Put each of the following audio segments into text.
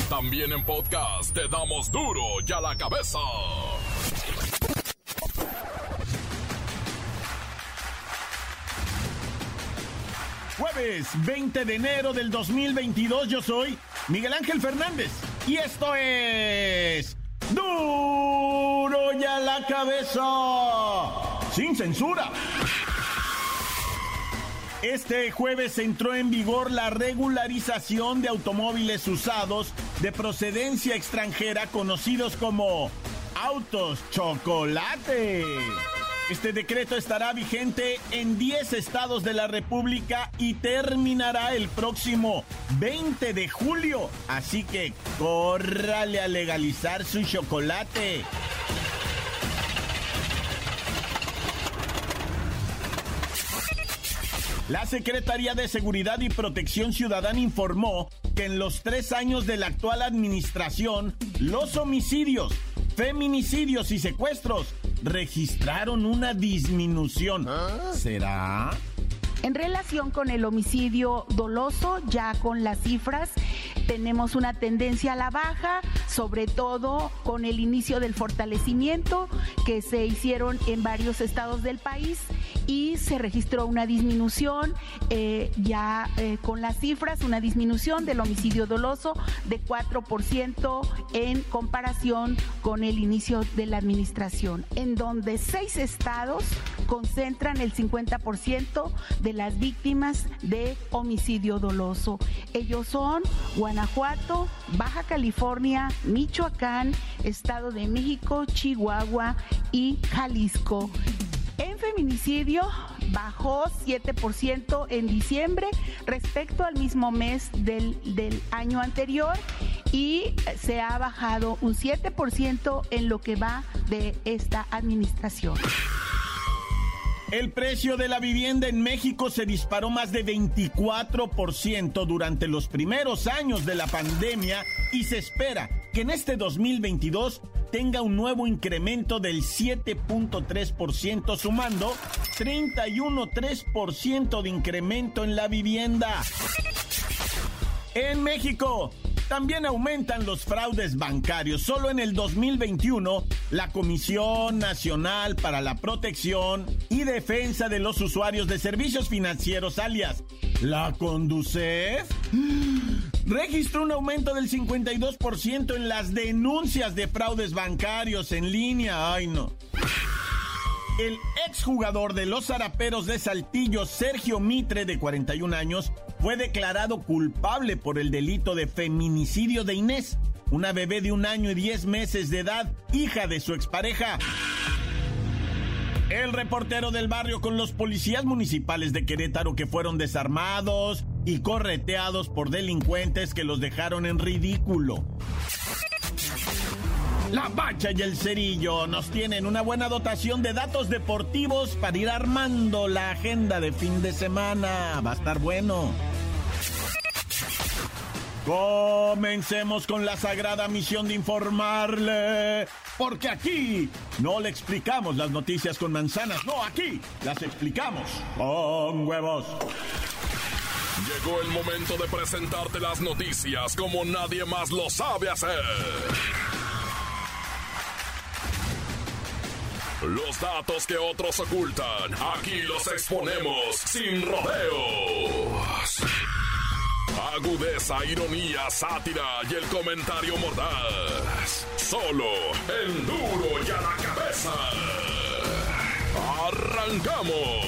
También en podcast te damos duro y a la cabeza. Jueves 20 de enero del 2022, yo soy Miguel Ángel Fernández y esto es Duro y a la Cabeza, sin censura. Este jueves entró en vigor la regularización de automóviles usados de procedencia extranjera conocidos como autos chocolate. Este decreto estará vigente en 10 estados de la República y terminará el próximo 20 de julio. Así que córrale a legalizar su chocolate. La Secretaría de Seguridad y Protección Ciudadana informó que en los 3 años de la actual administración, los homicidios, feminicidios y secuestros registraron una disminución. ¿Será? En relación con el homicidio doloso, ya con las cifras, tenemos una tendencia a la baja, sobre todo con el inicio del fortalecimiento que se hicieron en varios estados del país y se registró una disminución con las cifras, una disminución del homicidio doloso de 4% en comparación con el inicio de la administración, en donde 6 estados concentran el 50% de las víctimas de homicidio doloso. Ellos son Guanajuato, Baja California, Michoacán, Estado de México, Chihuahua y Jalisco. En feminicidio bajó 7% en diciembre respecto al mismo mes del año anterior y se ha bajado un 7% en lo que va de esta administración. El precio de la vivienda en México se disparó más de 24% durante los primeros años de la pandemia y se espera que en este 2022 tenga un nuevo incremento del 7.3%, sumando 31.3% de incremento en la vivienda. En México también aumentan los fraudes bancarios. Solo en el 2021, la Comisión Nacional para la Protección y Defensa de los Usuarios de Servicios Financieros, alias la Conducef, registró un aumento del 52% en las denuncias de fraudes bancarios en línea. ¡Ay, no! El exjugador de los Zaraperos de Saltillo, Sergio Mitre, de 41 años, fue declarado culpable por el delito de feminicidio de Inés, una bebé de 1 año y 10 meses de edad, hija de su expareja. El reportero del barrio con los policías municipales de Querétaro que fueron desarmados y correteados por delincuentes que los dejaron en ridículo. La Bacha y el Cerillo nos tienen una buena dotación de datos deportivos para ir armando la agenda de fin de semana. Va a estar bueno. Comencemos con la sagrada misión de informarle, porque aquí no le explicamos las noticias con manzanas, no, aquí las explicamos con huevos. Llegó el momento de presentarte las noticias como nadie más lo sabe hacer. Los datos que otros ocultan, aquí los exponemos sin rodeos. Agudeza, ironía, sátira y el comentario mordaz. Solo en Duro y a la Cabeza. ¡Arrancamos!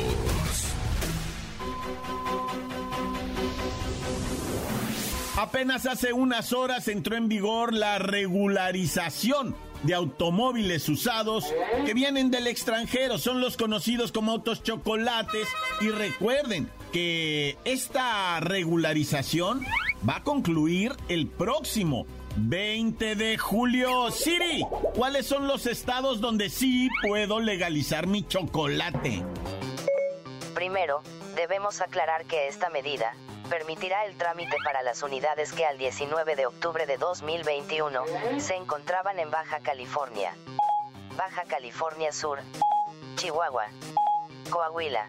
Apenas hace unas horas entró en vigor la regularización de automóviles usados que vienen del extranjero. Son los conocidos como autos chocolates. Y recuerden que esta regularización va a concluir el próximo 20 de julio. Siri, ¿cuáles son los estados donde sí puedo legalizar mi chocolate? Primero, debemos aclarar que esta medida permitirá el trámite para las unidades que al 19 de octubre de 2021 se encontraban en Baja California, Baja California Sur, Chihuahua, Coahuila,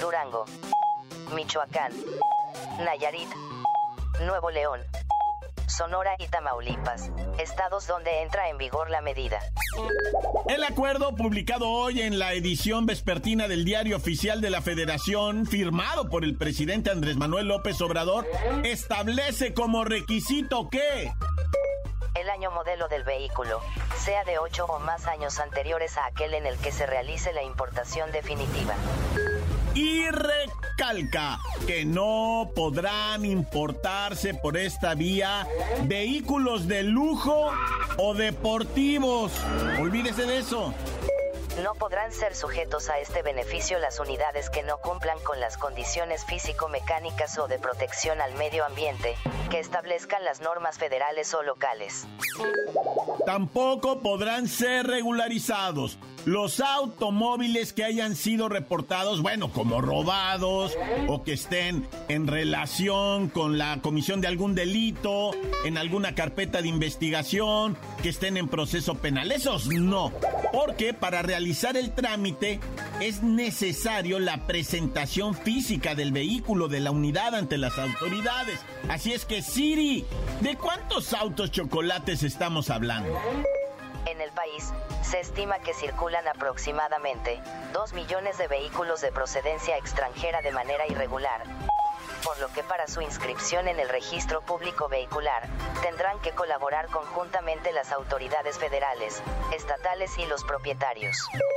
Durango, Michoacán, Nayarit, Nuevo León, Sonora y Tamaulipas, estados donde entra en vigor la medida. El acuerdo, publicado hoy en la edición vespertina del Diario Oficial de la Federación, firmado por el presidente Andrés Manuel López Obrador, establece como requisito que el año modelo del vehículo sea de 8 o más años anteriores a aquel en el que se realice la importación definitiva. Y recalca que no podrán importarse por esta vía vehículos de lujo o deportivos. Olvídese de eso. No podrán ser sujetos a este beneficio las unidades que no cumplan con las condiciones físico-mecánicas o de protección al medio ambiente que establezcan las normas federales o locales. Tampoco podrán ser regularizados los automóviles que hayan sido reportados, como robados o que estén en relación con la comisión de algún delito, en alguna carpeta de investigación, que estén en proceso penal. Esos no, porque para realizar el trámite es necesario la presentación física del vehículo, de la unidad ante las autoridades. Así es que, Siri, ¿de cuántos autos chocolates estamos hablando? En el país, se estima que circulan aproximadamente 2 millones de vehículos de procedencia extranjera de manera irregular, por lo que para su inscripción en el registro público vehicular, tendrán que colaborar conjuntamente las autoridades federales, estatales y los propietarios.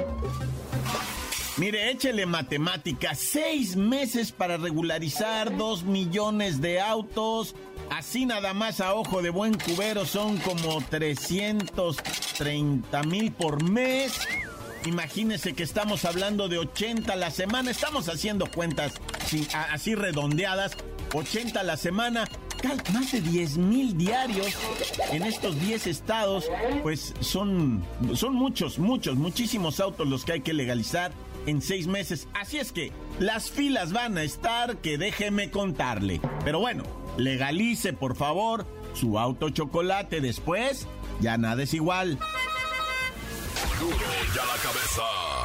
Mire, échele matemáticas, 6 meses para regularizar 2 millones de autos. Así nada más a ojo de buen cubero son como 330,000 por mes. Imagínese que estamos hablando de 80 a la semana. Estamos haciendo cuentas así redondeadas. 80 a la semana, más de 10,000 diarios en estos 10 estados. Pues son muchísimos autos los que hay que legalizar en 6 meses. Así es que las filas van a estar, que déjeme contarle. Pero bueno, legalice por favor su auto chocolate. Después, ya nada es igual. Duro y a la cabeza.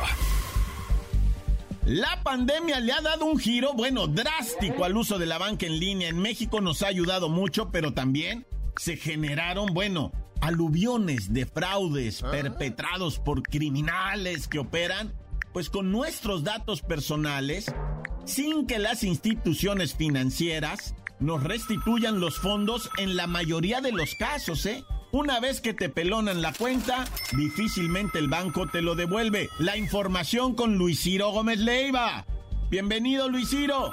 La pandemia le ha dado un giro, drástico al uso de la banca en línea. En México nos ha ayudado mucho, pero también se generaron, aluviones de fraudes perpetrados por criminales que operan, pues con nuestros datos personales, sin que las instituciones financieras nos restituyan los fondos en la mayoría de los casos, Una vez que te pelonan la cuenta, difícilmente el banco te lo devuelve. La información con Luis Ciro Gómez Leiva. Bienvenido, Luis Ciro.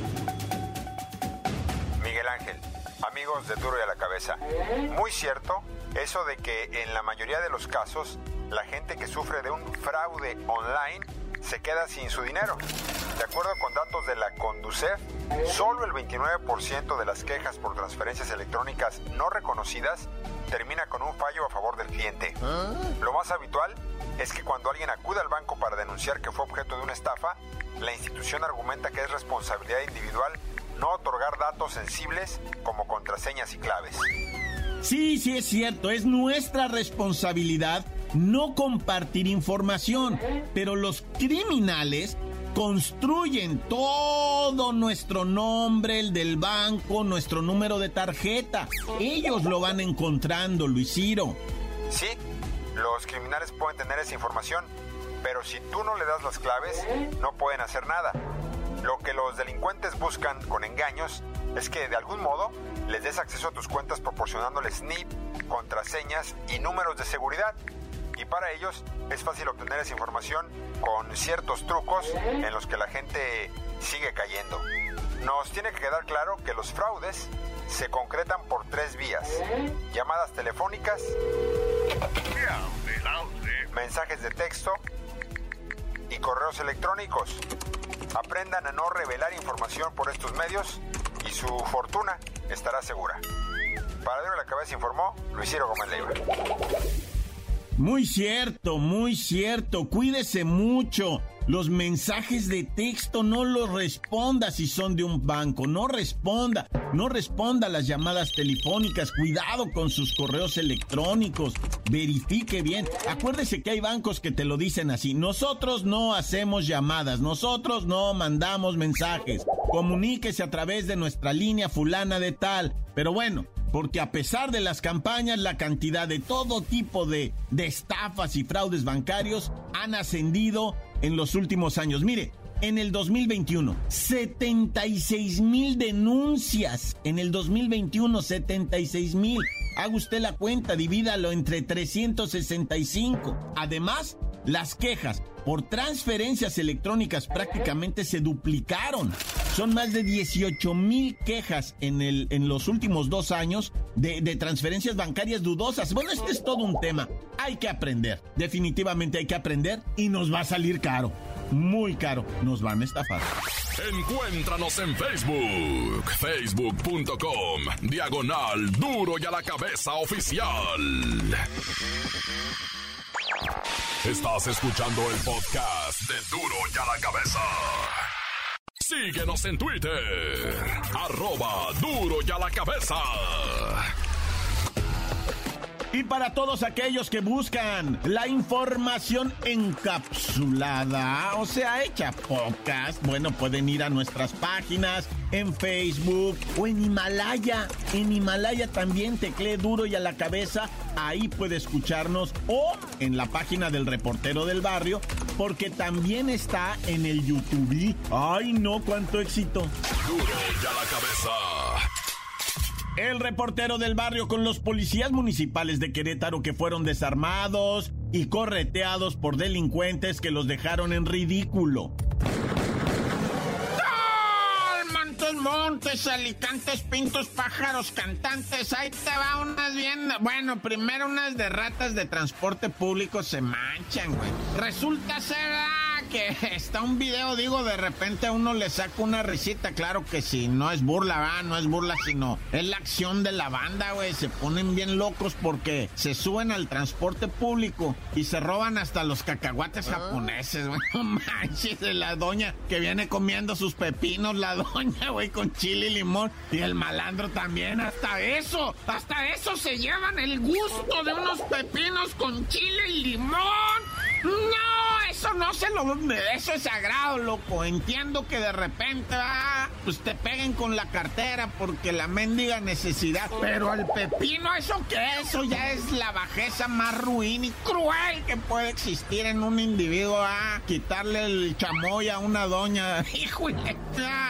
Miguel Ángel, amigos de Duro y a la Cabeza. Muy cierto eso de que en la mayoría de los casos, la gente que sufre de un fraude online se queda sin su dinero. De acuerdo con datos de la Conducef, solo el 29% de las quejas por transferencias electrónicas no reconocidas termina con un fallo a favor del cliente. Lo más habitual es que cuando alguien acude al banco para denunciar que fue objeto de una estafa, la institución argumenta que es responsabilidad individual no otorgar datos sensibles como contraseñas y claves. Sí, es cierto, es nuestra responsabilidad no compartir información, pero los criminales construyen todo nuestro nombre, el del banco, nuestro número de tarjeta. Ellos lo van encontrando, Luis Ciro. Sí, los criminales pueden tener esa información, pero si tú no le das las claves, no pueden hacer nada. Lo que los delincuentes buscan con engaños es que de algún modo les des acceso a tus cuentas proporcionándoles NIP, contraseñas y números de seguridad. Y para ellos es fácil obtener esa información con ciertos trucos en los que la gente sigue cayendo. Nos tiene que quedar claro que los fraudes se concretan por 3 vías: llamadas telefónicas, mensajes de texto y correos electrónicos. Aprendan a no revelar información por estos medios y su fortuna estará segura. Para Duro y a la Cabeza informó Luis Ciro Gómez Leiva. Muy cierto. Cuídese mucho. Los mensajes de texto no los responda si son de un banco. No responda las llamadas telefónicas. Cuidado con sus correos electrónicos. Verifique bien. Acuérdese que hay bancos que te lo dicen así: nosotros no hacemos llamadas, nosotros no mandamos mensajes. Comuníquese a través de nuestra línea fulana de tal. Pero porque a pesar de las campañas, la cantidad de todo tipo de estafas y fraudes bancarios han ascendido en los últimos años. Mire, en el 2021, 76,000 denuncias. En el 2021, 76,000. Haga usted la cuenta, divídalo entre 365. Además, las quejas por transferencias electrónicas prácticamente se duplicaron. Son más de 18,000 quejas en los últimos 2 años de transferencias bancarias dudosas. Bueno, este es todo un tema. Hay que aprender. Definitivamente hay que aprender y nos va a salir caro. Muy caro. Nos van a estafar. Encuéntranos en Facebook. Facebook.com/Duro y a la Cabeza Oficial. Estás escuchando el podcast de Duro y a la Cabeza. Síguenos en Twitter. @Duro y a la Cabeza. Y para todos aquellos que buscan la información encapsulada, o sea, hecha podcast, bueno, pueden ir a nuestras páginas en Facebook o en Himalaya. En Himalaya también teclee Duro y a la Cabeza, ahí puede escucharnos, o en la página del Reportero del Barrio, porque también está en el YouTube. ¡Ay, no! ¡Cuánto éxito! Duro y a la Cabeza. El Reportero del Barrio con los policías municipales de Querétaro que fueron desarmados y correteados por delincuentes que los dejaron en ridículo. Montes, alicantes, pintos, pájaros, cantantes, ahí te va unas bien... Bueno, primero unas de ratas de transporte público se manchan, güey. Resulta ser que está un video, digo, de repente a uno le saca una risita, claro que sí, no es burla, ¿va? No es burla, sino es la acción de la banda, güey. Se ponen bien locos porque se suben al transporte público y se roban hasta los cacahuates japoneses, güey. No manches, de la doña que viene comiendo sus pepinos, la doña, güey, con chile y limón, y el malandro también, hasta eso se llevan el gusto de unos pepinos con chile y limón. No, eso es sagrado, loco. Entiendo que de repente, pues te peguen con la cartera porque la mendiga necesidad, pero el pepino, ¿eso qué? Eso ya es la bajeza más ruin y cruel que puede existir en un individuo, quitarle el chamoy a una doña. Híjole.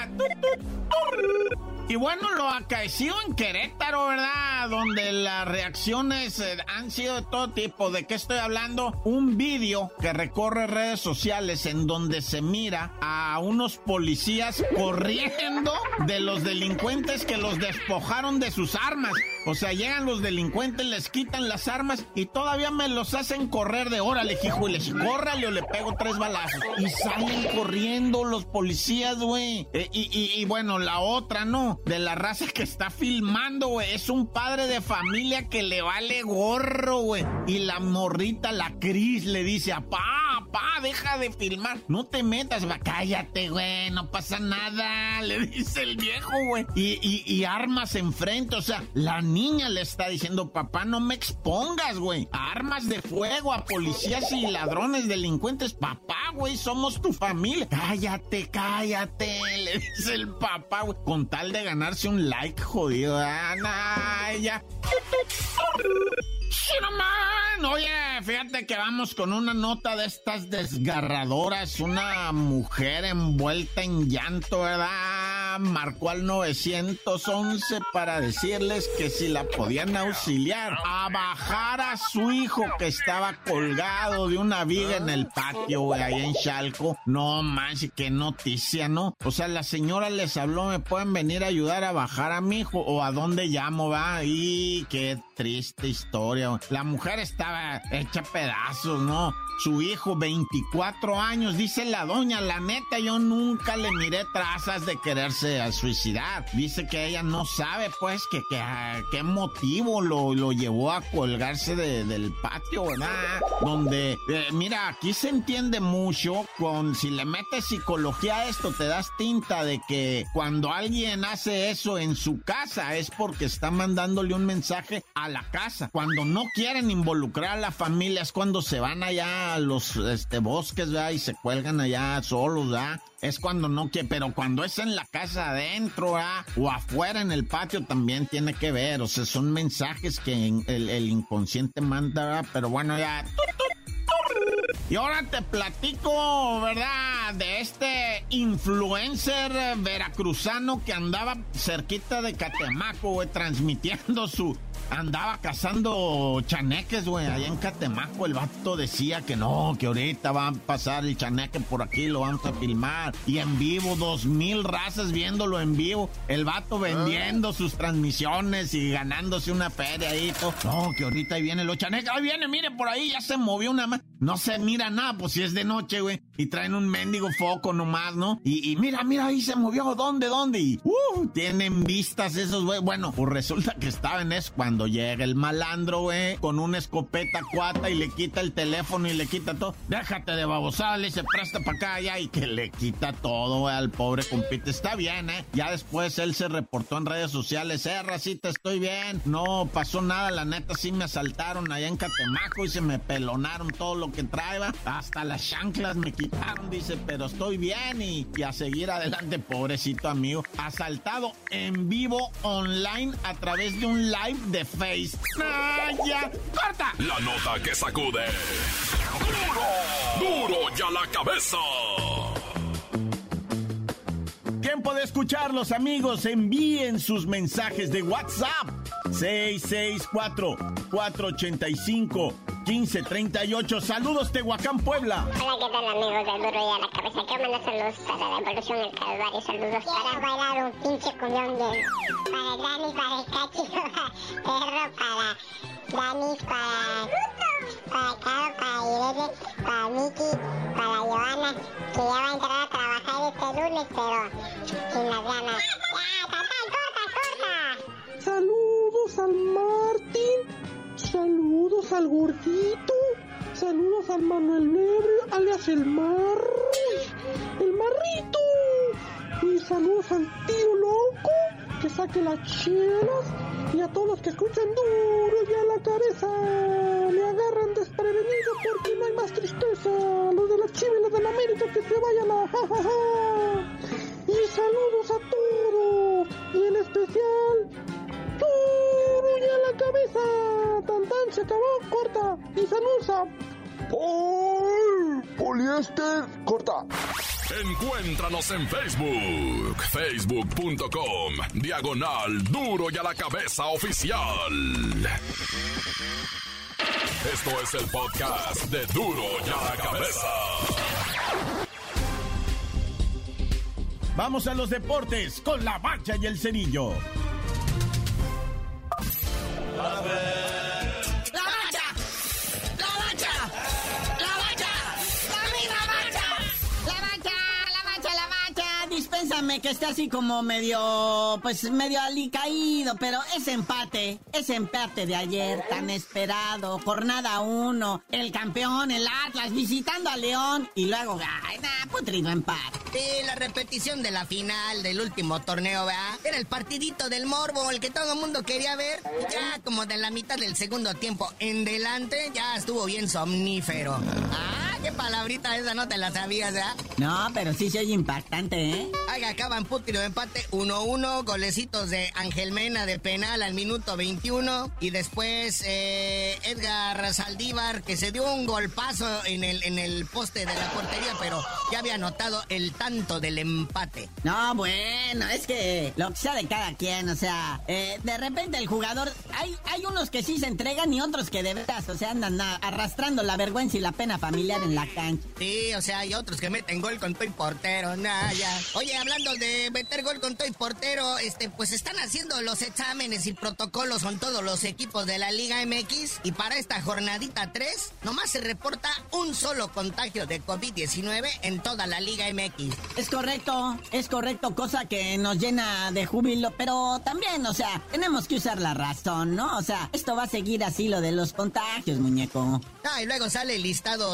Y bueno, lo acaeció en Querétaro, ¿verdad? Donde las reacciones han sido de todo tipo. ¿De qué estoy hablando? Un vídeo que recorre redes sociales en donde se mira a unos policías corriendo de los delincuentes que los despojaron de sus armas. O sea, llegan los delincuentes, les quitan las armas y todavía me los hacen correr de órale, híjole, córrale o le pego 3 balazos. Y salen corriendo los policías, güey. Y bueno, la otra, ¿no? De la raza que está filmando, güey. Es un padre de familia que le vale gorro, güey. Y la morrita, la Cris, le dice, papá, deja de filmar. No te metas, va, cállate, güey, no pasa nada. Le dice el viejo, güey. Y armas enfrente, o sea, la niña le está diciendo, papá, no me expongas, güey. Armas de fuego a policías y ladrones, delincuentes. Papá, güey, somos tu familia. Cállate, le dice el papá, güey. Con tal de ganarse un like, jodido. Ya. Sí, no, man. Oye, fíjate que vamos con una nota de estas desgarradoras. Una mujer envuelta en llanto, ¿verdad? Marcó al 911 para decirles que si la podían auxiliar a bajar a su hijo que estaba colgado de una viga en el patio, güey, ahí en Chalco. No manches, qué noticia, ¿no? O sea, la señora les habló, ¿me pueden venir a ayudar a bajar a mi hijo? ¿O a dónde llamo, va? Y qué triste historia, güey. La mujer estaba hecha pedazos, ¿no? Su hijo, 24 años, dice la doña, la neta, yo nunca le miré trazas de quererse suicidar. Dice que ella no sabe, pues, que qué motivo lo llevó a colgarse del patio, ¿verdad? Donde, mira, aquí se entiende mucho si le metes psicología a esto, te das tinta de que cuando alguien hace eso en su casa es porque está mandándole un mensaje a la casa. Cuando no quieren involucrar a la familia es cuando se van allá a los bosques, ¿verdad? Y se cuelgan allá solos, ¿verdad? es cuando no quiere, pero cuando es en la casa adentro, o afuera en el patio también tiene que ver, o sea, son mensajes que el inconsciente manda, pero bueno, ya... Y ahora te platico, ¿verdad?, de este influencer veracruzano que andaba cerquita de Catemaco, güey, transmitiendo andaba cazando chaneques, güey, allá en Catemaco. El vato decía que no, que ahorita va a pasar el chaneque por aquí, lo vamos a filmar. Y en vivo, 2,000 razas viéndolo en vivo. El vato vendiendo sus transmisiones y ganándose una feria ahí y todo. No, que ahorita ahí viene los chaneques. Ahí viene, mire, por ahí ya se movió una más. No se mira nada, pues si es de noche, güey. Y traen un mendigo foco nomás, ¿no? Y mira, ahí se movió. ¿Dónde? Y tienen vistas esos, güey. Bueno, pues resulta que estaba en eso cuando llega el malandro, güey, con una escopeta cuata y le quita el teléfono y le quita todo. Déjate de babosada, le dice, presta para acá ya, y que le quita todo, güey, al pobre compite. Está bien, Ya después él se reportó en redes sociales, racita, estoy bien. No pasó nada, la neta sí me asaltaron allá en Catemaco y se me pelonaron todo lo que traía. Hasta las chanclas me quitaron, dice, pero estoy bien y a seguir adelante, pobrecito amigo. Asaltado en vivo online a través de un live de Face. ¡Ya! ¡Corta! La nota que sacude. ¡Duro ya la cabeza! Tiempo de escucharlos, amigos. Envíen sus mensajes de WhatsApp. 664-485-1538. Saludos, Tehuacán, Puebla. Hola, ¿qué tal, amigos de Duro y a la Cabeza? Quiero mandar saludos para la Evolución del Calvario. Saludos para bailar un pinche cumbión bien. Para el Dani, para el Cachi, perro, para Dani, para Caro, para Irene, para Miki, para Joana, que ya va a entrar a trabajar este lunes, pero sin las ganas. ¡Ya, total, corta! Saludos al Martín, saludos al Gordito, saludos al Manuel Nebrio, alias el Marrito, y saludos al tío loco, que saque las chelas, y a todos los que escuchan Duro y a la Cabeza, me agarran desprevenido porque no hay más tristeza, los de la Chivas y los de la América que se vayan a jajaja, y saludos a todos, y en especial... ¡Duro y a la Cabeza! ¡Tan se acabó! ¡Corta! ¡Y saludos a... Poliéster! ¡Corta! Encuéntranos en Facebook, facebook.com/Duro y a la Cabeza Oficial. Esto es el podcast de Duro y a la Cabeza. Vamos a los deportes con la Bacha y el Cerillo. La Bacha, dispénsame que está así como medio alicaído, pero ese empate de ayer tan esperado, jornada 1, el campeón, el Atlas, visitando a León, y luego, putrido empate. Sí, la repetición de la final del último torneo, ¿verdad? Era el partidito del morbo, el que todo el mundo quería ver. Ya como de la mitad del segundo tiempo en delante, ya estuvo bien somnífero. Qué palabrita esa, no te la sabías, ¿verdad? No, pero sí se oye impactante, ¿eh? Oiga, acaban putrido empate 1-1, golecitos de Ángel Mena de penal al minuto 21, y después Edgar Saldívar, que se dio un golpazo en el poste de la portería, pero ya había anotado el tanto del empate. No, bueno, es que lo que sea de cada quien, o sea, de repente el jugador, hay unos que sí se entregan y otros que de veras, o sea, andan arrastrando la vergüenza y la pena familiar en la cancha. Sí, o sea, hay otros que meten gol con todo y portero, ya. Oye, hablando de meter gol con todo y portero, pues están haciendo los exámenes y protocolos con todos los equipos de la Liga MX, y para esta jornadita 3, nomás se reporta un solo contagio de COVID-19 en toda la Liga MX. Es correcto, cosa que nos llena de júbilo, pero también, o sea, tenemos que usar la razón, ¿no? O sea, esto va a seguir así, lo de los contagios, muñeco. Y luego sale el listado de los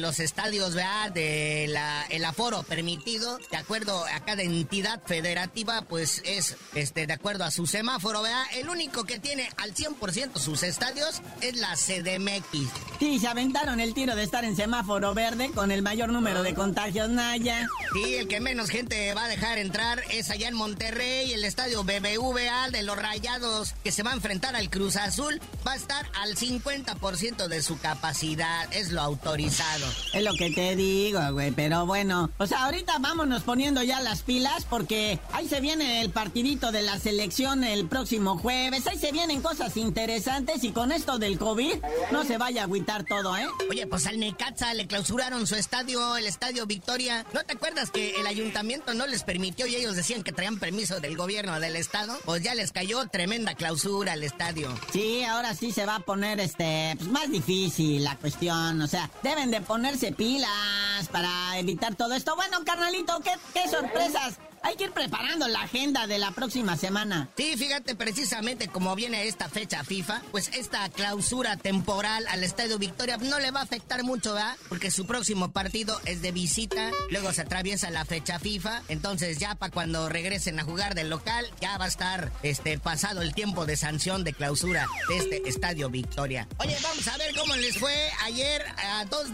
los estadios, ¿verdad? El aforo permitido, de acuerdo a cada entidad federativa, pues es de acuerdo a su semáforo, ¿verdad? El único que tiene al 100% sus estadios es la CDMX. Sí, se aventaron el tiro de estar en semáforo verde con el mayor número de contagios, Naya. Sí, el que menos gente va a dejar entrar es allá en Monterrey, el estadio BBVA de los Rayados, que se va a enfrentar al Cruz Azul, va a estar al 50% de su capacidad, es lo autorizado. Es lo que te digo, güey, pero bueno, o sea, ahorita vámonos poniendo ya las pilas porque ahí se viene el partidito de la selección el próximo jueves, ahí se vienen cosas interesantes y con esto del COVID no se vaya a agüitar todo, ¿eh? Oye, pues al Necaxa le clausuraron su estadio, el Estadio Victoria. ¿No te acuerdas que el ayuntamiento no les permitió y ellos decían que traían permiso del gobierno del estado? Pues ya les cayó tremenda clausura al estadio. Sí, ahora sí se va a poner pues más difícil la cuestión, o sea, deben de ponerse pilas para evitar todo esto. Bueno, carnalito, ¿qué sorpresas? Hay que ir preparando la agenda de la próxima semana. Sí, fíjate, precisamente como viene esta fecha FIFA, pues esta clausura temporal al Estadio Victoria no le va a afectar mucho, ¿verdad? Porque su próximo partido es de visita, luego se atraviesa la fecha FIFA, entonces ya para cuando regresen a jugar del local, ya va a estar pasado el tiempo de sanción de clausura de este Estadio Victoria. Oye, vamos a ver cómo les fue ayer a dos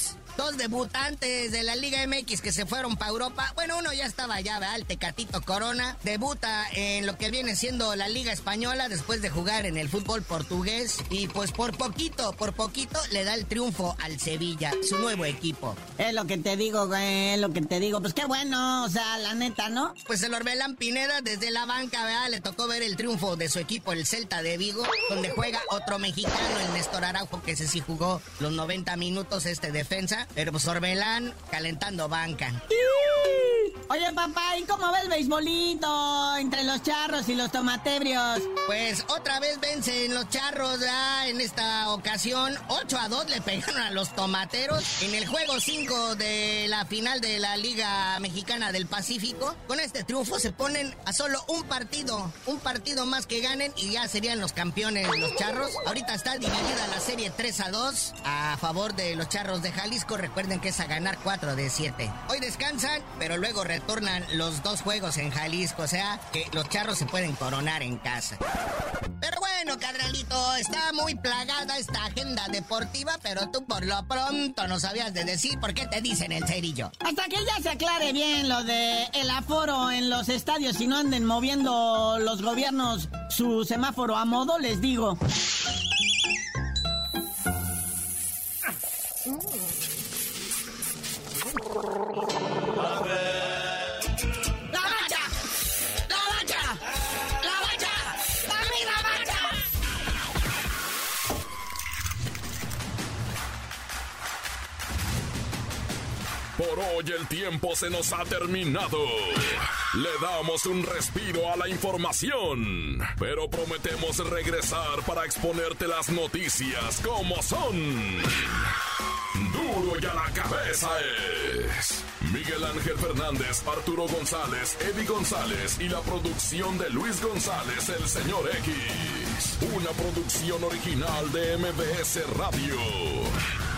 debutantes de la Liga MX que se fueron para Europa. Bueno, uno ya estaba allá, ¿verdad? El Tecatito Corona debuta en lo que viene siendo la Liga Española después de jugar en el fútbol portugués y pues por poquito le da el triunfo al Sevilla, su nuevo equipo. Es lo que te digo, güey, es lo que te digo. Pues qué bueno, o sea, la neta, ¿no? Pues el Orbelán Pineda desde la banca, ¿verdad? Le tocó ver el triunfo de su equipo, el Celta de Vigo, donde juega otro mexicano, el Néstor Araujo, que ese sí jugó los 90 minutos defensa, pero pues Orbelán calentando banca. Oye, papá, ¿y cómo va el beisbolito entre los Charros y los Tomatebrios? Pues otra vez vencen los Charros, ¿verdad? En esta ocasión 8-2 le pegaron a los Tomateros en el juego 5 de la final de la Liga Mexicana del Pacífico. Con este triunfo se ponen a solo un partido más que ganen y ya serían los campeones los Charros. Ahorita está dividida la serie 3-2 a favor de los Charros de Jalisco. Recuerden que es a ganar 4 de 7. Hoy descansan, pero luego retornan los dos juegos en Jalisco, o sea que los Charros se pueden coronar en casa. Pero bueno, carnalito, está muy plagada esta agenda deportiva, pero tú por lo pronto no sabías de decir por qué te dicen el Cerillo. Hasta que ya se aclare bien lo de el aforo en los estadios y no anden moviendo los gobiernos su semáforo a modo, les digo. Por hoy el tiempo se nos ha terminado. Le damos un respiro a la información, pero prometemos regresar para exponerte las noticias como son. Duro y a la cabeza es Miguel Ángel Fernández, Arturo González, Eddie González y la producción de Luis González, el señor X. Una producción original de MBS Radio.